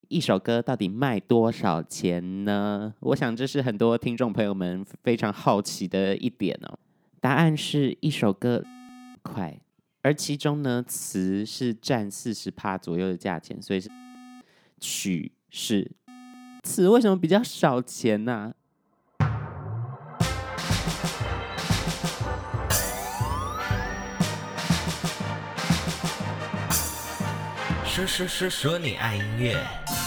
一首歌到底卖多少钱呢？我想这是很多听众朋友们非常好奇的一点哦。答案是一首歌块，而其中呢词是占40%左右的价钱，所以是曲是词为什么比较少钱呢？ 说你爱音乐。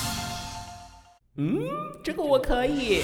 这个我可以。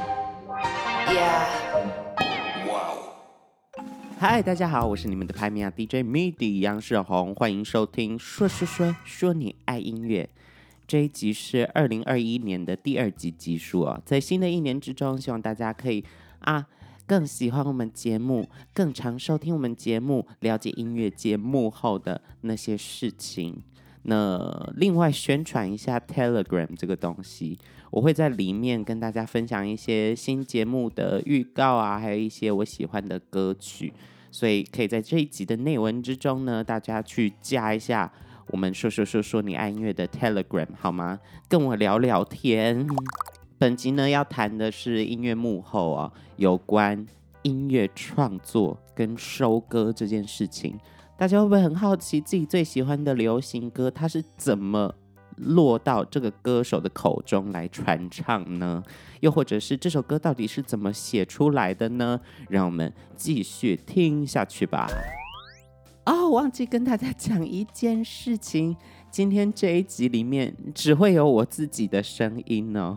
嗨，大家好，我是你们的拍米亚 DJ MIDI 杨世宏，欢迎收听说你爱音乐。这一集是2021年的第2集集数哦，在新的一年之中，希望大家可以更喜欢我们节目，更常收听我们节目，了解音乐节幕后的那些事情。那另外宣传一下 Telegram 这个东西，我会在里面跟大家分享一些新节目的预告啊，还有一些我喜欢的歌曲，所以可以在这一集的内文之中呢，大家去加一下我们说你爱音乐的 Telegram 好吗？跟我聊聊天。本集呢要谈的是音乐幕后啊，有关音乐创作跟收歌这件事情。大家会不会很好奇自己最喜欢的流行歌，它是怎么落到这个歌手的口中来传唱呢？又或者是这首歌到底是怎么写出来的呢？让我们继续听下去吧。忘记跟大家讲一件事情，今天这一集里面只会有我自己的声音哦。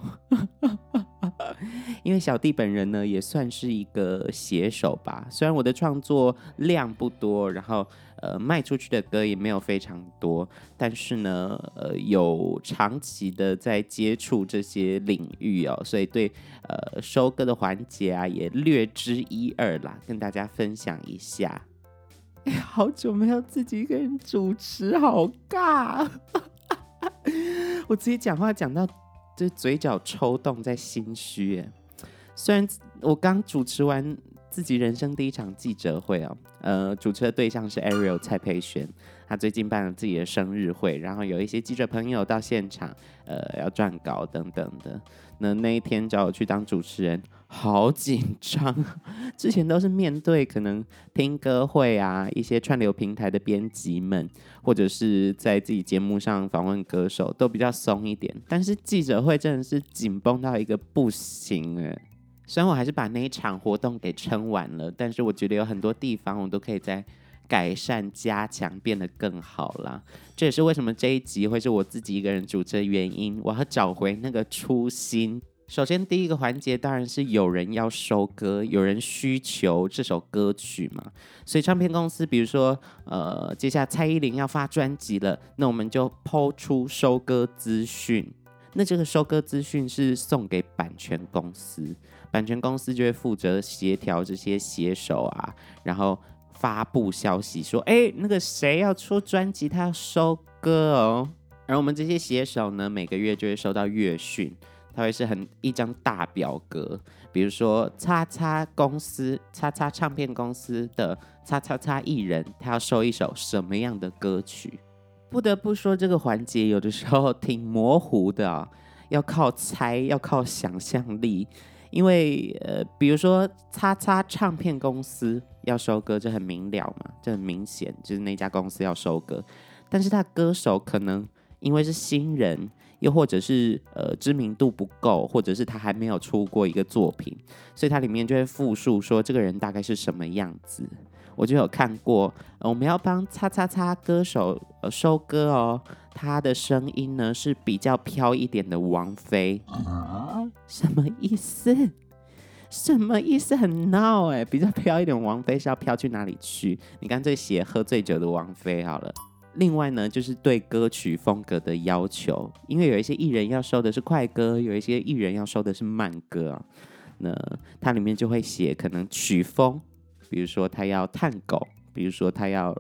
因为小弟本人呢也算是一个写手吧，虽然我的创作量不多，然后卖出去的歌也没有非常多，但是呢有长期的在接触这些领域哦，所以对收歌的环节啊也略知一二啦，跟大家分享一下。好久没有自己一个人主持，好尬。我自己讲话讲到就嘴角抽动，在心虚耶。虽然我刚主持完自己人生第一场记者会哦，主持的对象是 Ariel 蔡佩璇，他最近办了自己的生日会，然后有一些记者朋友到现场，要撰稿等等的。那一天找我去当主持人，好紧张。之前都是面对可能听歌会啊，一些串流平台的编辑们，或者是在自己节目上访问歌手，都比较松一点。但是记者会真的是紧绷到一个不行哎。虽然我还是把那一场活动给撑完了，但是我觉得有很多地方我都可以再改善加强，变得更好啦。这也是为什么这一集会是我自己一个人主持的原因，我要找回那个初心。首先第一个环节当然是有人要收歌，有人需求这首歌曲嘛，所以唱片公司比如说接下来蔡依林要发专辑了，那我们就抛出收歌资讯。那这个收歌资讯是送给版权公司，版权公司就会负责协调这些写手啊，然后发布消息说，那个谁要出专辑，他要收歌哦。而我们这些写手呢，每个月就会收到月讯，它会是一张大表格，比如说叉叉公司、叉叉唱片公司的叉叉叉艺人，他要收一首什么样的歌曲。不得不说，这个环节有的时候挺模糊的哦，要靠猜，要靠想象力。因为比如说叉叉唱片公司要收歌，这很明了嘛，这很明显就是那家公司要收歌。但是他歌手可能因为是新人，又或者是知名度不够，或者是他还没有出过一个作品，所以他里面就会复述说这个人大概是什么样子。我就有看过，我们要帮叉叉叉歌手收歌哦，他的声音呢是比较飘一点的王菲。什么意思？什么意思？很闹哎！比较飘一点王菲是要飘去哪里去？你干脆写喝醉酒的王菲好了。另外呢，就是对歌曲风格的要求，因为有一些艺人要收的是快歌，有一些艺人要收的是慢歌那它里面就会写可能曲风，比如说他要探狗，比如说他要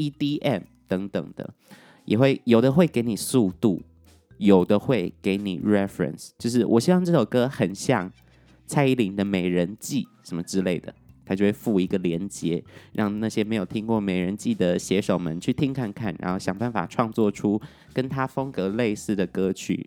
EDM 等等的，也会有的会给你速度，有的会给你 reference， 就是我希望这首歌很像蔡依林的《美人计》什么之类的，他就会附一个连结，让那些没有听过《美人计》的写手们去听看看，然后想办法创作出跟他风格类似的歌曲，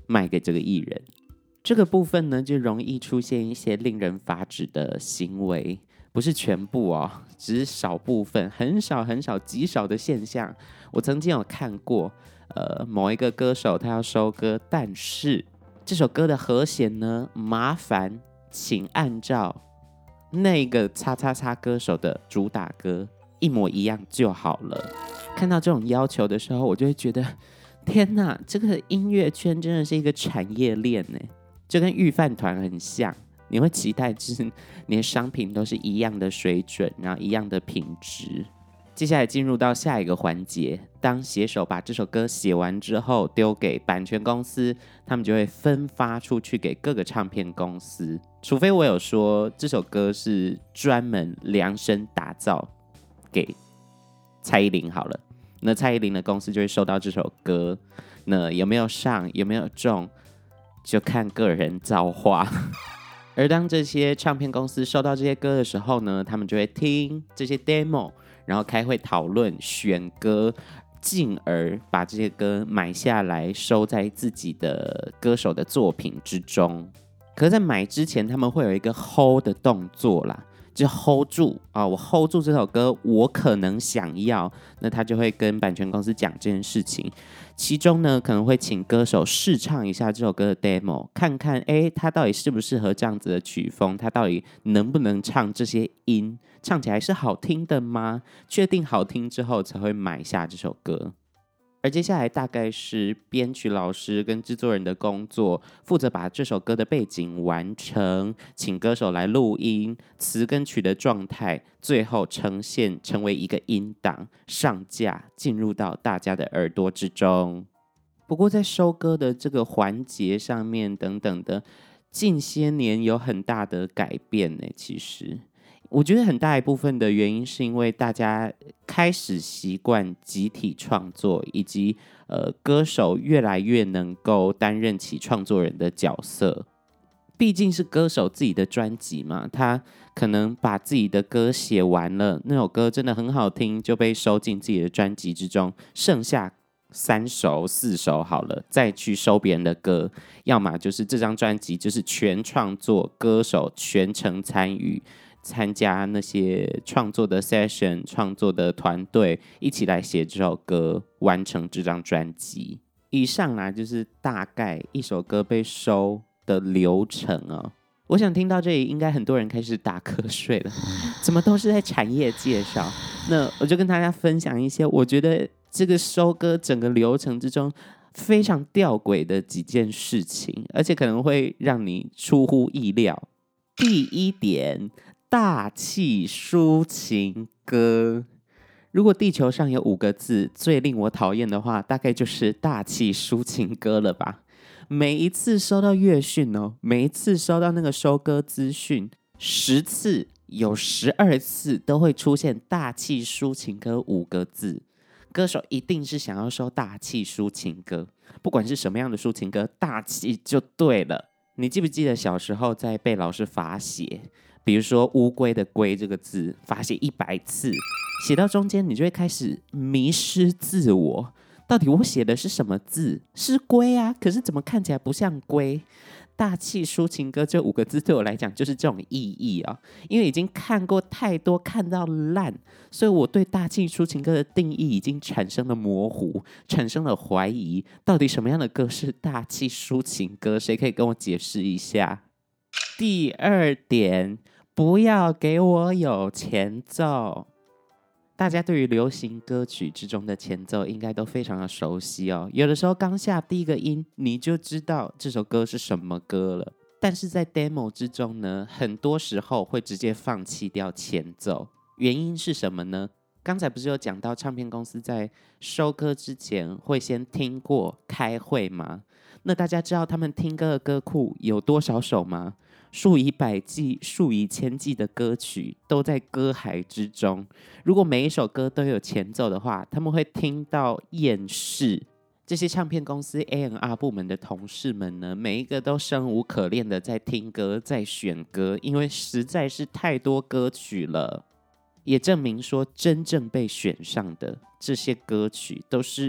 卖给这个艺人。这个部分呢，就容易出现一些令人发指的行为，不是全部哦，只是少部分，很少很少极少的现象。我曾经有看过，某一个歌手他要收歌，但是这首歌的和弦呢，麻烦请按照那个叉叉叉歌手的主打歌一模一样就好了。看到这种要求的时候，我就会觉得，天哪，这个音乐圈真的是一个产业链呢。就跟御饭团很像，你会期待就是你的商品都是一样的水准，然后一样的品质。接下来进入到下一个环节，当写手把这首歌写完之后，丢给版权公司，他们就会分发出去给各个唱片公司。除非我有说这首歌是专门量身打造给蔡依林好了，那蔡依林的公司就会收到这首歌，那有没有上，有没有中？就看个人造化。而当这些唱片公司收到这些歌的时候呢，他们就会听这些 demo， 然后开会讨论选歌，进而把这些歌买下来收在自己的歌手的作品之中。可是在买之前他们会有一个 hold 的动作啦，就 hold 住啊，我 hold 住这首歌，我可能想要，那他就会跟版权公司讲这件事情。其中呢，可能会请歌手试唱一下这首歌的 demo， 看看他到底适不适合这样子的曲风，他到底能不能唱这些音，唱起来是好听的吗？确定好听之后才会买下这首歌。而接下来大概是编曲老师跟制作人的工作，负责把这首歌的背景完成，请歌手来录音，词跟曲的状态，最后呈现成为一个音档，上架进入到大家的耳朵之中。不过在收歌的这个环节上面等等的，近些年有很大的改变呢。其实我觉得很大一部分的原因是因为大家开始习惯集体创作，以及歌手越来越能够担任起创作人的角色。毕竟是歌手自己的专辑嘛，他可能把自己的歌写完了，那首歌真的很好听，就被收进自己的专辑之中，剩下3首4首好了，再去收别人的歌，要么就是这张专辑就是全创作，歌手全程参与。参加那些创作的 session， 创作的团队一起来写这首歌，完成这张专辑。以上啦，就是大概一首歌被收的流程哦。我想听到这里，应该很多人开始打瞌睡了，怎么都是在产业介绍？那我就跟大家分享一些我觉得这个收歌整个流程之中非常吊诡的几件事情，而且可能会让你出乎意料。第一点，大气抒情歌。如果地球上有5个字最令我讨厌的话，大概就是大气抒情歌了吧。每一次收到乐讯哦，每一次收到那个收歌资讯，10次有12次都会出现大气抒情歌5个字。歌手一定是想要收大气抒情歌，不管是什么样的抒情歌，大气就对了。你记不记得小时候在被老师罚写，比如说乌龟的龟这个字罚写100次，写到中间你就会开始迷失自我，到底我写的是什么字？是龟啊，可是怎么看起来不像龟？大气抒情歌这5个字对我来讲就是这种意义啊，因为已经看过太多，看到烂，所以我对大气抒情歌的定义已经产生了模糊，产生了怀疑，到底什么样的歌是大气抒情歌？谁可以跟我解释一下？第2点，不要给我有前奏。大家对于流行歌曲之中的前奏应该都非常的熟悉哦，有的时候刚下第一个音你就知道这首歌是什么歌了，但是在 demo 之中呢，很多时候会直接放弃掉前奏。原因是什么呢？刚才不是有讲到唱片公司在收歌之前会先听过开会吗？那大家知道他们听歌的歌库有多少首吗？数以百计、数以千计的歌曲都在歌海之中。如果每一首歌都有前奏的话，他们会听到厌世。这些唱片公司 A&R 部门的同事们呢，每一个都生无可恋的在听歌、在选歌，因为实在是太多歌曲了。也证明说，真正被选上的这些歌曲都是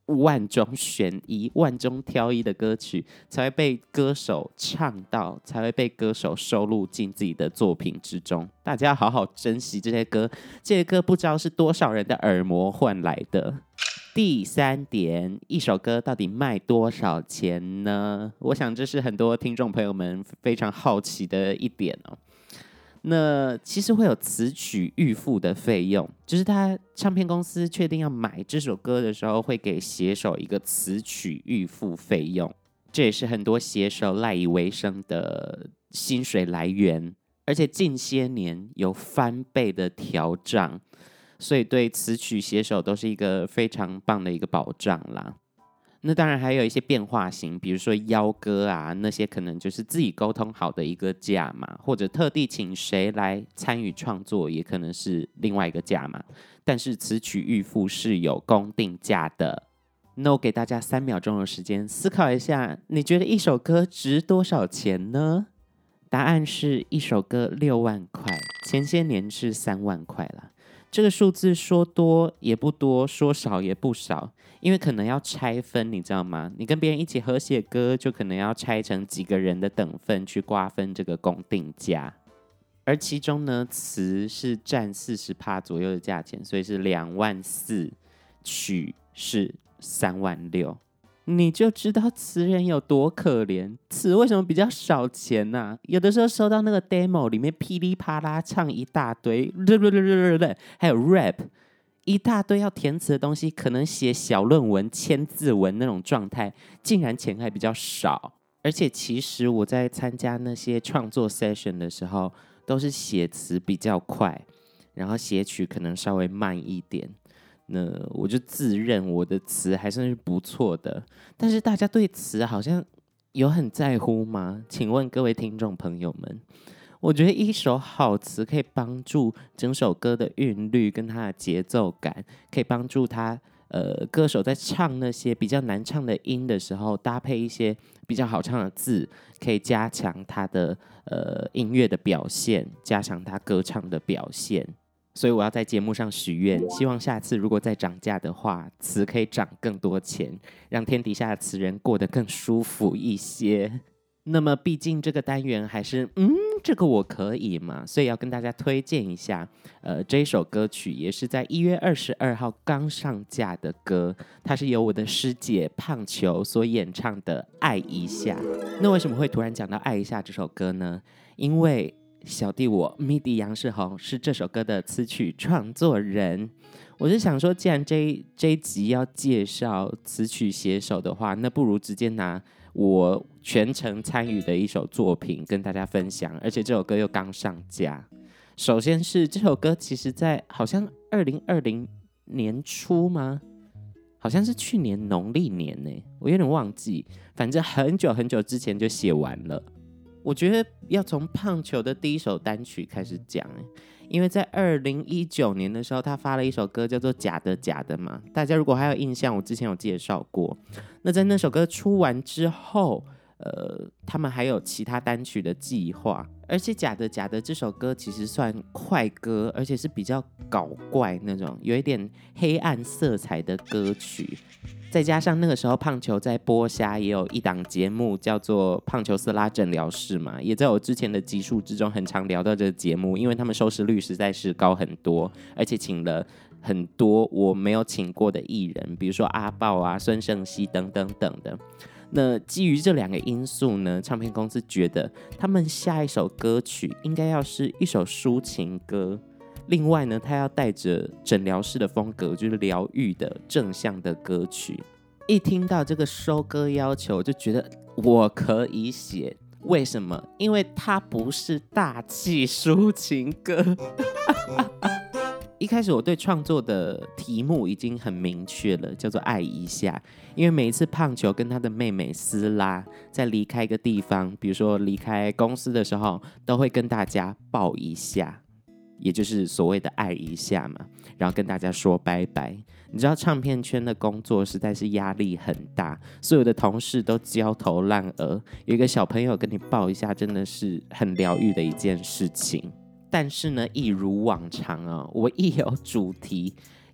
万中选一、万中挑一的歌曲，才会被歌手唱到，才会被歌手收录进自己的作品之中。大家好好珍惜这些歌，这些歌不知道是多少人的耳膜换来的。第3点，一首歌到底卖多少钱呢？我想这是很多听众朋友们非常好奇的一点哦。那其实会有词曲预付的费用，就是他唱片公司确定要买这首歌的时候，会给写手一个词曲预付费用，这也是很多写手赖以为生的薪水来源，而且近些年有翻倍的调涨，所以对词曲写手都是一个非常棒的一个保障啦。那当然还有一些变化型，比如说邀歌啊，那些可能就是自己沟通好的一个价码，或者特地请谁来参与创作，也可能是另外一个价码。但是词曲预付是有公定价的。那我给大家3秒钟的时间思考一下，你觉得一首歌值多少钱呢？答案是一首歌6万块，前些年是3万块啦。这个数字说多也不多，说少也不少，因为可能要拆分，你知道吗？你跟别人一起合写歌，就可能要拆成几个人的等份去瓜分这个公定价，而其中呢，词是占40%左右的价钱，所以是2万4，曲是3万6。你就知道词人有多可怜，词为什么比较少钱啊？有的时候收到那个 demo 里面噼里啪啦唱一大堆，还有 rap 一大堆要填词的东西，可能写小论文、千字文那种状态，竟然钱还比较少。而且其实我在参加那些创作 session 的时候，都是写词比较快，然后写曲可能稍微慢一点。那我就自认我的词还算是不错的，但是大家对词好像有很在乎吗？请问各位听众朋友们，我觉得一首好词可以帮助整首歌的韵律跟它的节奏感，可以帮助他歌手在唱那些比较难唱的音的时候，搭配一些比较好唱的字，可以加强他的音乐的表现，加强他歌唱的表现。所以我要在节目上许愿，希望下次如果再涨价的话，词可以涨更多钱，让天底下的词人过得更舒服一些。那么毕竟这个单元还是这个我可以嘛，所以要跟大家推荐一下这一首歌曲，也是在1月22号刚上架的歌，它是由我的师姐胖球所演唱的《爱一下》。那为什么会突然讲到《爱一下》这首歌呢？因为小弟我 MIDI 杨世宏是这首歌的词曲创作人，我就想说，既然这一集要介绍词曲写手的话，那不如直接拿我全程参与的一首作品跟大家分享，而且这首歌又刚上架。首先是这首歌，其实在好像2020年初吗？好像是去年农历年呢，我有点忘记，反正很久很久之前就写完了。我觉得要从胖球的第一首单曲开始讲，因为在2019年的时候，他发了一首歌叫做《假的假的》嘛，大家如果还有印象，我之前有介绍过。那在那首歌出完之后，他们还有其他单曲的计划，而且《假的假的》这首歌其实算快歌，而且是比较搞怪那种，有一点黑暗色彩的歌曲。再加上那个时候胖球在播虾也有一档节目叫做胖球色拉诊疗室嘛，也在我之前的集数之中很常聊到这个节目，因为他们收视率实在是高很多，而且请了很多我没有请过的艺人，比如说阿豹啊、孙盛熙等等等的。那基于这2个因素呢，唱片公司觉得他们下一首歌曲应该要是一首抒情歌。另外呢，他要带着诊疗室的风格，就是疗愈的正向的歌曲。一听到这个收歌要求，就觉得我可以写。为什么？因为它不是大气抒情歌。一开始我对创作的题目已经很明确了，叫做爱一下。因为每一次胖球跟他的妹妹斯拉在离开一个地方，比如说离开公司的时候，都会跟大家抱一下，也就是所谓的爱一下嘛，然后跟大家说拜拜。你知道唱片圈的工作实在是压力很大，所有的同事都焦头烂额，有一个小朋友跟你抱一下，真的是很疗愈的一件事情。但是呢，一如往常啊，我一有主题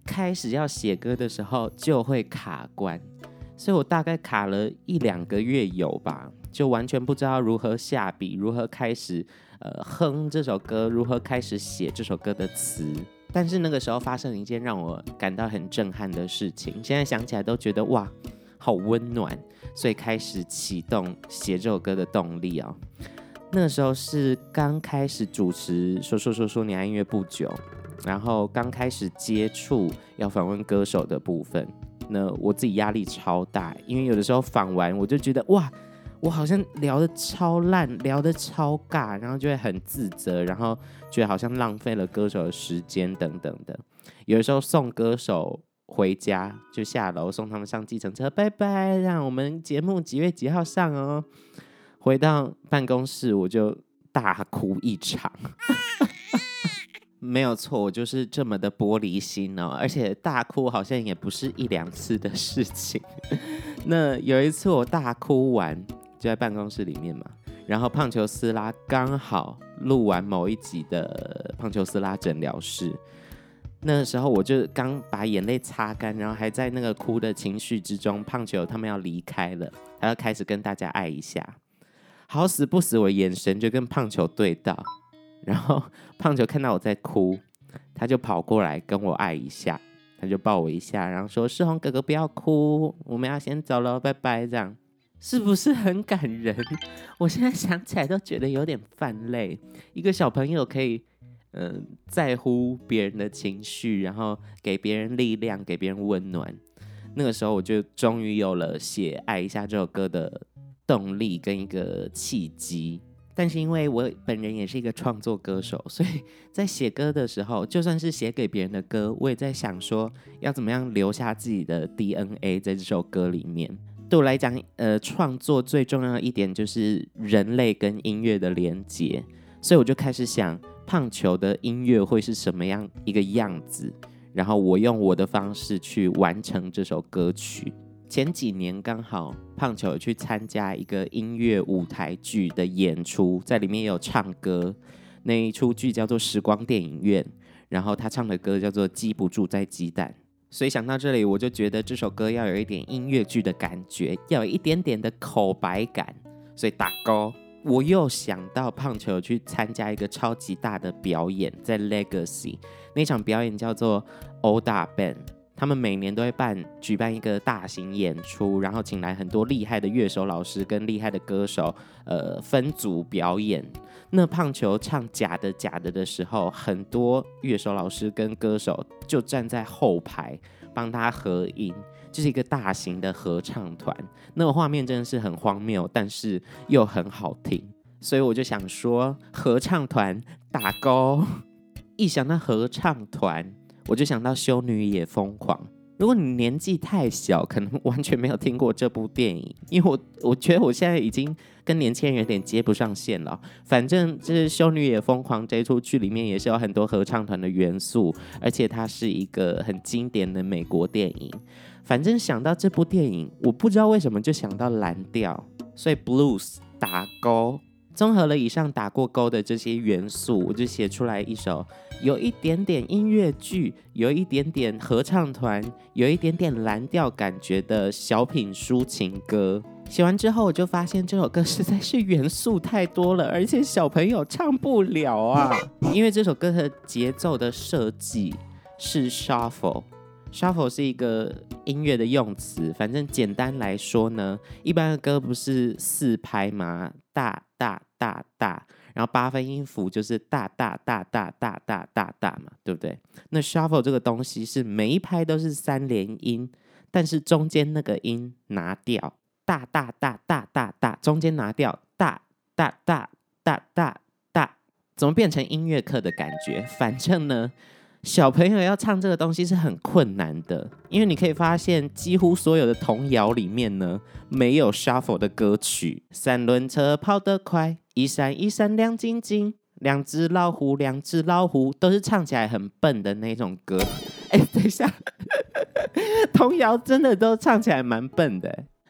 开始要写歌的时候就会卡关，所以我大概卡了1-2个月有吧，就完全不知道如何下笔，如何开始哼这首歌，如何开始写这首歌的词。但是那个时候发生了一件让我感到很震撼的事情，现在想起来都觉得哇，好温暖，所以开始启动写这首歌的动力哦。那个时候是刚开始主持说你爱音乐不久，然后刚开始接触要访问歌手的部分，那我自己压力超大，因为有的时候访完我就觉得哇，我好像聊得超烂，聊得超尬，然后就会很自责，然后觉得好像浪费了歌手的时间等等的。有的时候送歌手回家，就下楼送他们上计程车，拜拜，让我们节目几月几号上哦。回到办公室我就大哭一场。没有错，我就是这么的玻璃心哦，而且大哭好像也不是1-2次的事情。那有一次我大哭完就在办公室里面嘛，然后胖球斯拉刚好录完某一集的胖球斯拉诊疗室，那时候我就刚把眼泪擦干，然后还在那个哭的情绪之中，胖球他们要离开了，他要开始跟大家爱一下，好死不死我眼神就跟胖球对到，然后胖球看到我在哭，他就跑过来跟我爱一下，他就抱我一下，然后说世宏哥哥不要哭，我们要先走了，拜拜，这样是不是很感人？我现在想起来都觉得有点泛泪。一个小朋友可以在乎别人的情绪，然后给别人力量，给别人温暖。那个时候我就终于有了写爱一下这首歌的动力跟一个契机。但是因为我本人也是一个创作歌手，所以在写歌的时候，就算是写给别人的歌，我也在想说要怎么样留下自己的 DNA 在这首歌里面。对我来讲，创作最重要的一点就是人类跟音乐的连结，所以我就开始想胖球的音乐会是什么样一个样子，然后我用我的方式去完成这首歌曲。前几年刚好胖球有去参加一个音乐舞台剧的演出，在里面也有唱歌，那一出剧叫做时光电影院，然后他唱的歌叫做记不住在鸡蛋。所以想到这里，我就觉得这首歌要有一点音乐剧的感觉，要有一点点的口白感，所以打勾。我又想到胖球有去参加一个超级大的表演，在 Legacy 那场表演叫做欧大 Band， 他们每年都会举办一个大型演出，然后请来很多厉害的乐手老师跟厉害的歌手，分组表演。那胖球唱假的假的的时候，很多乐手老师跟歌手就站在后排帮他合音，就是一个大型的合唱团。那个画面真的是很荒谬，但是又很好听，所以我就想说合唱团打勾。一想到合唱团，我就想到修女也疯狂。如果你年纪太小，可能完全没有听过这部电影，因为我觉得我现在已经跟年轻人有点接不上线了。反正这修女也疯狂这一出剧里面也是有很多合唱团的元素，而且它是一个很经典的美国电影。反正想到这部电影，我不知道为什么就想到蓝调，所以 blues 打勾。综合了以上打过勾的这些元素，我就写出来一首有一点点音乐剧，有一点点合唱团，有一点点蓝调感觉的小品抒情歌。写完之后，我就发现这首歌实在是元素太多了，而且小朋友唱不了啊。因为这首歌的节奏的设计是 shuffle。Shuffle 是一个音乐的用词，反正简单来说呢，一般的歌不是4拍吗？大大大大，然后8分音符就是大大大大大大大大嘛，对不对？那 Shuffle 这个东西是每一拍都是3连音，但是中间那个音拿掉，大大大大大大，中间拿掉，大大大大大大，怎么变成音乐课的感觉？反正呢，小朋友要唱这个东西是很困难的，因为你可以发现几乎所有的童谣里面呢，没有 shuffle 的歌曲。3轮车跑得快，一闪一闪亮晶晶，2只老虎2只老虎，都是唱起来很笨的那种歌。等一下，童谣真的都唱起来蛮笨的。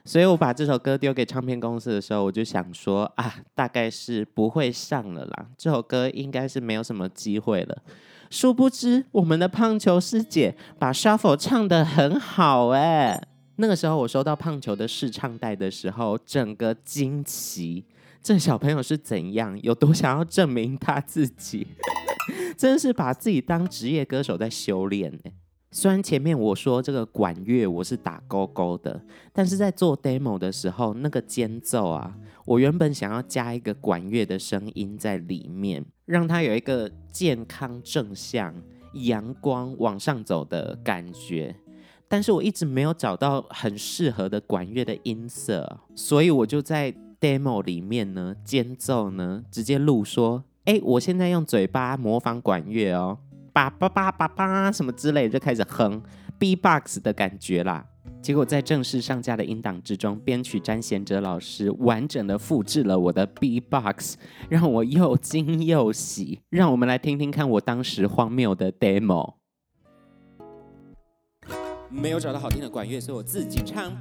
所以我把这首歌丢给唱片公司的时候，我就想说啊，大概是不会上了啦，这首歌应该是没有什么机会了。殊不知，我们的胖球师姐把 Shuffle 唱得很好那个时候我收到胖球的试唱带的时候，整个惊奇，这小朋友是怎样，有多想要证明他自己，真的是把自己当职业歌手在修炼虽然前面我说这个管乐我是打勾勾的，但是在做 demo 的时候，那个间奏啊，我原本想要加一个管乐的声音在里面，让它有一个健康正向阳光往上走的感觉，但是我一直没有找到很适合的管乐的音色，所以我就在 demo 里面呢，间奏呢直接录说我现在用嘴巴模仿管乐哦，叭叭叭叭叭什么之类的，就开始哼 B-box 的感觉啦。结果在正式上架的音档之中，编曲詹贤哲老师完整的复制了我的 B-box， 让我又惊又喜。让我们来听听看我当时荒谬的 demo。没有找到好听的管乐，所以我自己唱。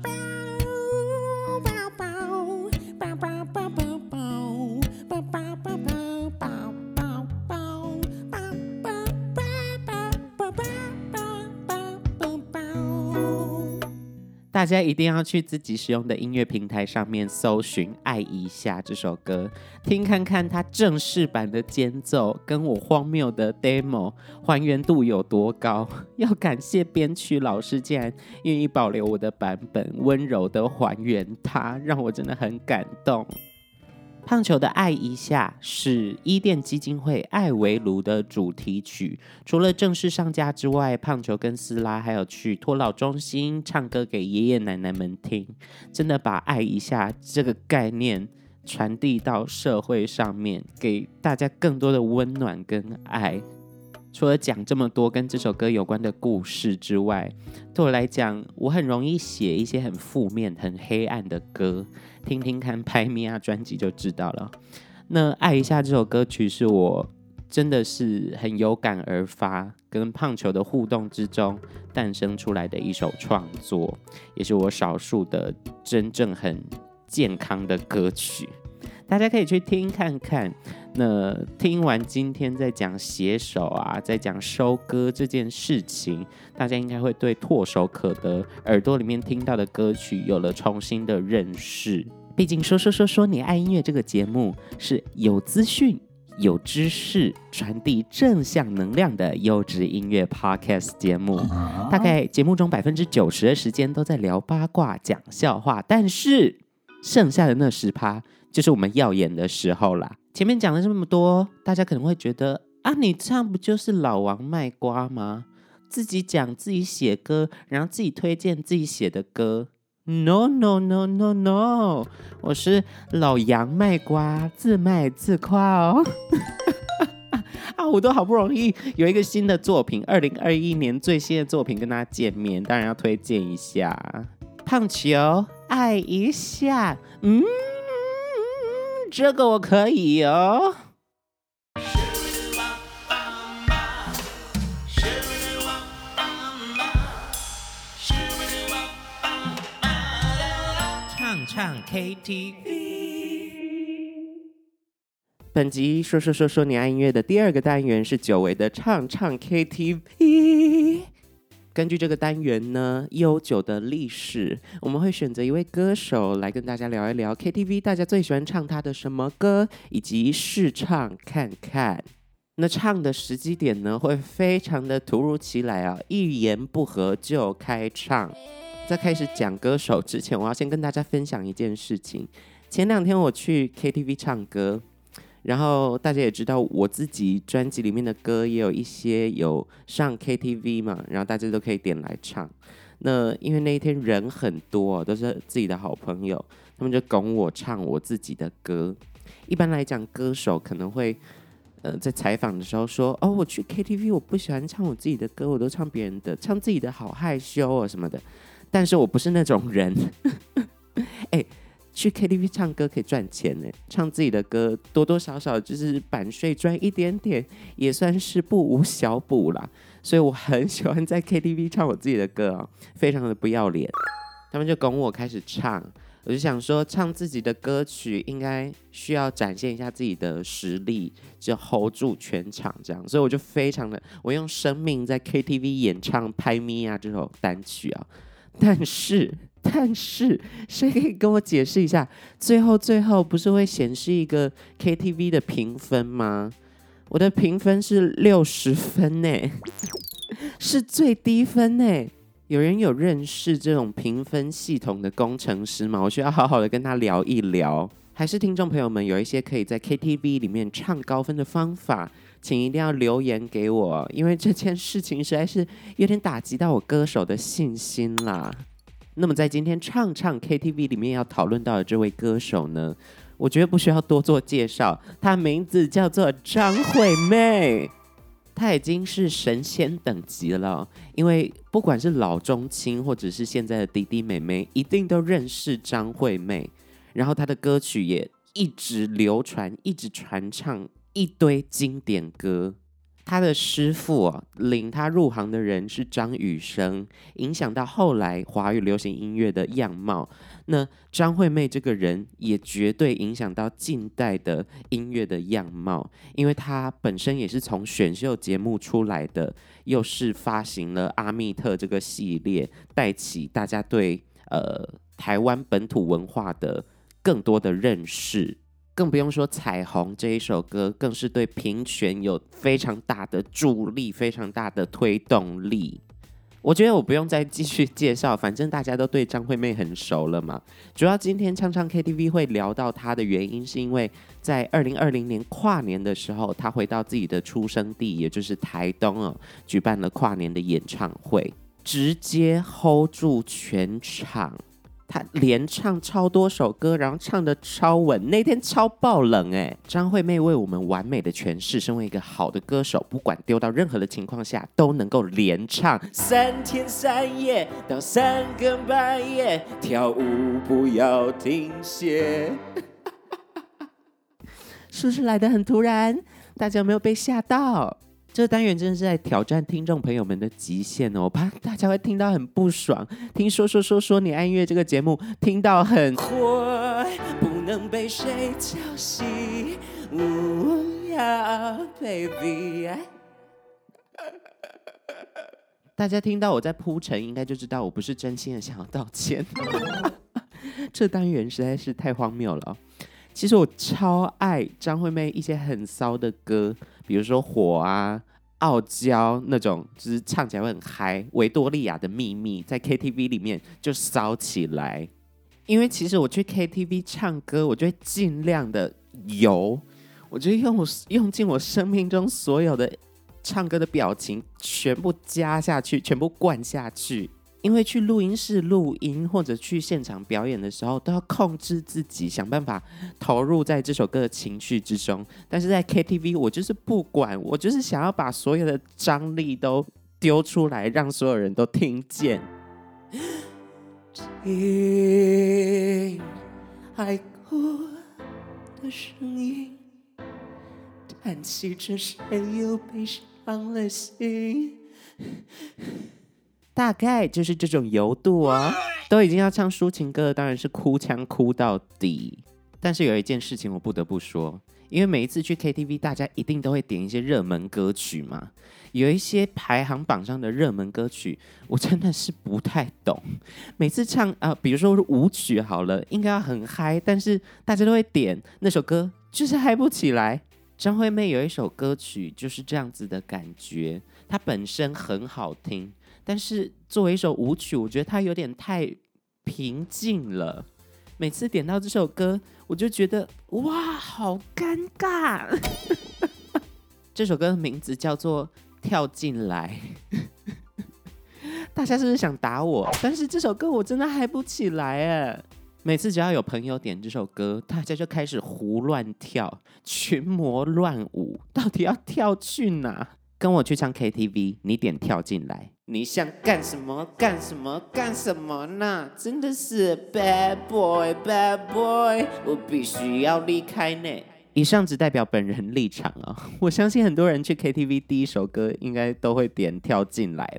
大家一定要去自己使用的音乐平台上面搜寻《爱一下》这首歌，听看看它正式版的间奏跟我荒谬的 demo 还原度有多高。要感谢编曲老师竟然愿意保留我的版本，温柔的还原它，让我真的很感动。胖球的爱一下是伊甸基金会爱围炉的主题曲，除了正式上架之外，胖球跟斯拉还有去托老中心唱歌给爷爷奶奶们听，真的把爱一下这个概念传递到社会上面，给大家更多的温暖跟爱。除了讲这么多跟这首歌有关的故事之外，对我来讲，我很容易写一些很负面、很黑暗的歌，听听看拍米亚专辑就知道了。那爱一下这首歌曲是我真的是很有感而发，跟胖球的互动之中诞生出来的一首创作，也是我少数的真正很健康的歌曲。大家可以去听看看。那听完今天在讲写手啊，在讲收歌这件事情，大家应该会对唾手可得耳朵里面听到的歌曲有了重新的认识。毕竟说你爱音乐这个节目是有资讯有知识传递正向能量的优质音乐 podcast 节目，大概节目中90%的时间都在聊八卦讲笑话，但是剩下的那10%就是我们耀眼的时候啦。前面讲了这么多，大家可能会觉得啊，你唱不就是老王卖瓜吗？自己讲自己写歌，然后自己推荐自己写的歌。No no no no no， 我是老杨卖瓜，自卖自夸哦。啊，我都好不容易有一个新的作品，2021年最新的作品跟大家见面，当然要推荐一下。胖球爱一下，这个我可以哦。唱 KTV。本集说你爱音乐的第2个单元是久违的唱 KTV。根据这个单元呢，悠久的历史，我们会选择一位歌手来跟大家聊一聊 KTV 大家最喜欢唱他的什么歌，以及试唱看看。那唱的时机点呢，会非常的突如其来啊，一言不合就开唱。在开始讲歌手之前，我要先跟大家分享一件事情。前2天我去 KTV 唱歌，然后大家也知道我自己专辑里面的歌也有一些有上 KTV 嘛，然后大家都可以点来唱。那因为那一天人很多，都是自己的好朋友，他们就拱我唱我自己的歌。一般来讲，歌手可能会在采访的时候说，我去 KTV 我不喜欢唱我自己的歌，我都唱别人的，唱自己的好害羞哦什么的。但是我不是那种人。去 KTV 唱歌可以赚钱呢，唱自己的歌多多少少就是版税赚一点点，也算是不无小补啦。所以我很喜欢在 KTV 唱我自己的歌非常的不要脸。 他们就拱我开始唱。我就想说，唱自己的歌曲应该需要展现一下自己的实力，就 hold 住全场这样，所以我就非常的，我用生命在 KTV 演唱《拍咪呀》这首单曲啊。但是，谁可以跟我解释一下，最后不是会显示一个 KTV 的评分吗？我的评分是60分呢，是最低分呢。有人有认识这种评分系统的工程师吗？我需要好好的跟他聊一聊。还是听众朋友们有一些可以在 KTV 里面唱高分的方法，请一定要留言给我，因为这件事情实在是有点打击到我歌手的信心啦。那么在今天唱 KTV 里面要讨论到的这位歌手呢，我觉得不需要多做介绍，她名字叫做张惠妹。她已经是神仙等级了，因为不管是老中青或者是现在的弟弟妹妹，一定都认识张惠妹。然后她的歌曲也一直流传，一直传唱一堆经典歌。他的师父领他入行的人是张雨生，影响到后来华语流行音乐的样貌。那张惠妹这个人也绝对影响到近代的音乐的样貌，因为她本身也是从选秀节目出来的，又是发行了阿密特这个系列，带起大家对台湾本土文化的更多的认识。更不用说彩虹这一首歌，更是对平权有非常大的助力，非常大的推动力。我觉得我不用再继续介绍，反正大家都对张惠妹很熟了嘛。主要今天唱 KTV 会聊到她的原因，是因为在2020年跨年的时候，她回到自己的出生地，也就是台东举办了跨年的演唱会，直接 hold 住全场。他连唱超多首歌，然后唱得超稳，那天超爆冷哎！张惠妹为我们完美的诠释，身为一个好的歌手，不管丢到任何的情况下，都能够连唱3天3夜到3更半夜，跳舞不要停歇。是不是来得很突然？大家有没有被吓到？这单元真的是在挑战听众朋友们的极限我怕大家会听到很不爽。听说你爱音乐这个节目，听到很火，不能被谁叫醒。baby 大家听到我在铺陈，应该就知道我不是真心的想要道歉。这单元实在是太荒谬了其实我超爱张惠妹一些很骚的歌，比如说火啊、傲娇那种，就是唱起来会很嗨。维多利亚的秘密在 KTV 里面就骚起来。因为其实我去 KTV 唱歌，我就会尽量的游，我就用尽我生命中所有的唱歌的表情，全部加下去，全部灌下去。因为去录音室录音或者去现场表演的时候，都要控制自己，想办法投入在这首歌的情绪之中。但是在 KTV 我就是不管，我就是想要把所有的张力都丢出来，让所有人都听见。听海哭的声音，叹息着谁又悲伤了心。大概就是这种油度都已经要唱抒情歌了，当然是哭腔哭到底。但是有一件事情我不得不说，因为每一次去 KTV 大家一定都会点一些热门歌曲嘛，有一些排行榜上的热门歌曲我真的是不太懂。每次唱比如说舞曲好了，应该要很嗨，但是大家都会点那首歌，就是嗨不起来。张惠妹有一首歌曲就是这样子的感觉，它本身很好听，但是作为一首舞曲，我觉得它有点太平静了。每次点到这首歌，我就觉得哇，好尴尬。这首歌的名字叫做《跳进来》。大家是不是想打我？但是这首歌我真的嗨不起来哎。每次只要有朋友点这首歌，大家就开始胡乱跳，群魔乱舞，到底要跳去哪？跟我去唱 KTV， 你点跳进来，你想干什么干什么干什么呢？真的是 bad boy bad boy， 我必须要离开呢。以上只代表本人立场我相信很多人去 KTV 第一首歌应该都会点跳进来啦。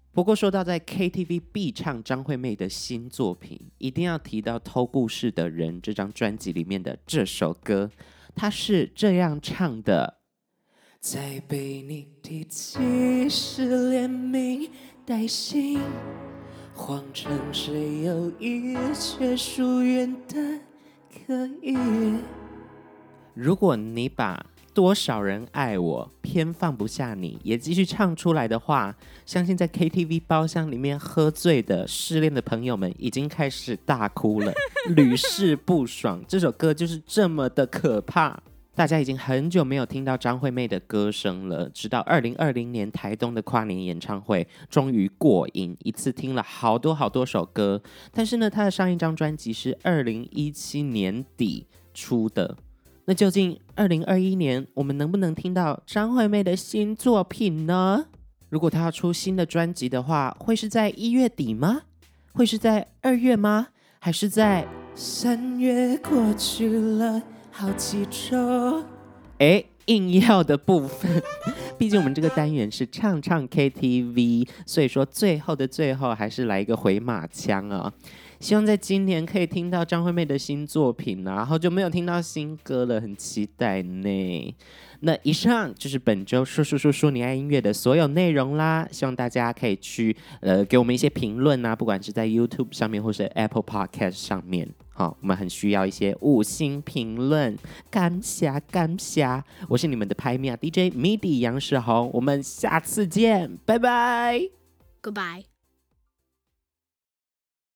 不过说到在 KTV 必唱张惠妹的新作品，一定要提到《偷故事的人》这张专辑里面的这首歌，它是这样唱的：再被你提起是连名带姓，谎称谁有意，却疏远的可以。如果你把多少人爱我偏放不下你也继续唱出来的话，相信在 KTV 包厢里面喝醉的失恋的朋友们已经开始大哭了，屡试不爽。这首歌就是这么的可怕。大家已经很久没有听到张惠妹的歌声了，直到2020年台东的跨年演唱会终于过瘾，一次听了好多首歌。但是呢，她的上一张专辑是2017年底出的，那究竟2021年我们能不能听到张惠妹的新作品呢？如果她要出新的专辑的话，会是在1月底吗？会是在2月吗？还是在3月过去了好几周？硬要的部分毕竟我们这个单元是唱 KTV， 所以说最后的最后还是来一个回马枪啊！希望在今年可以听到张惠妹的新作品啊，好久没有听到新歌了，很期待呢。那以上就是本周说你爱音乐的所有内容啦，希望大家可以去给我们一些评论啊，不管是在 YouTube 上面或是 Apple Podcast 上面，好，我们很需要一些5星评论，感谢。我是你们的拍米啊 DJ MIDI 杨世宏，我们下次见，拜拜 Goodbye.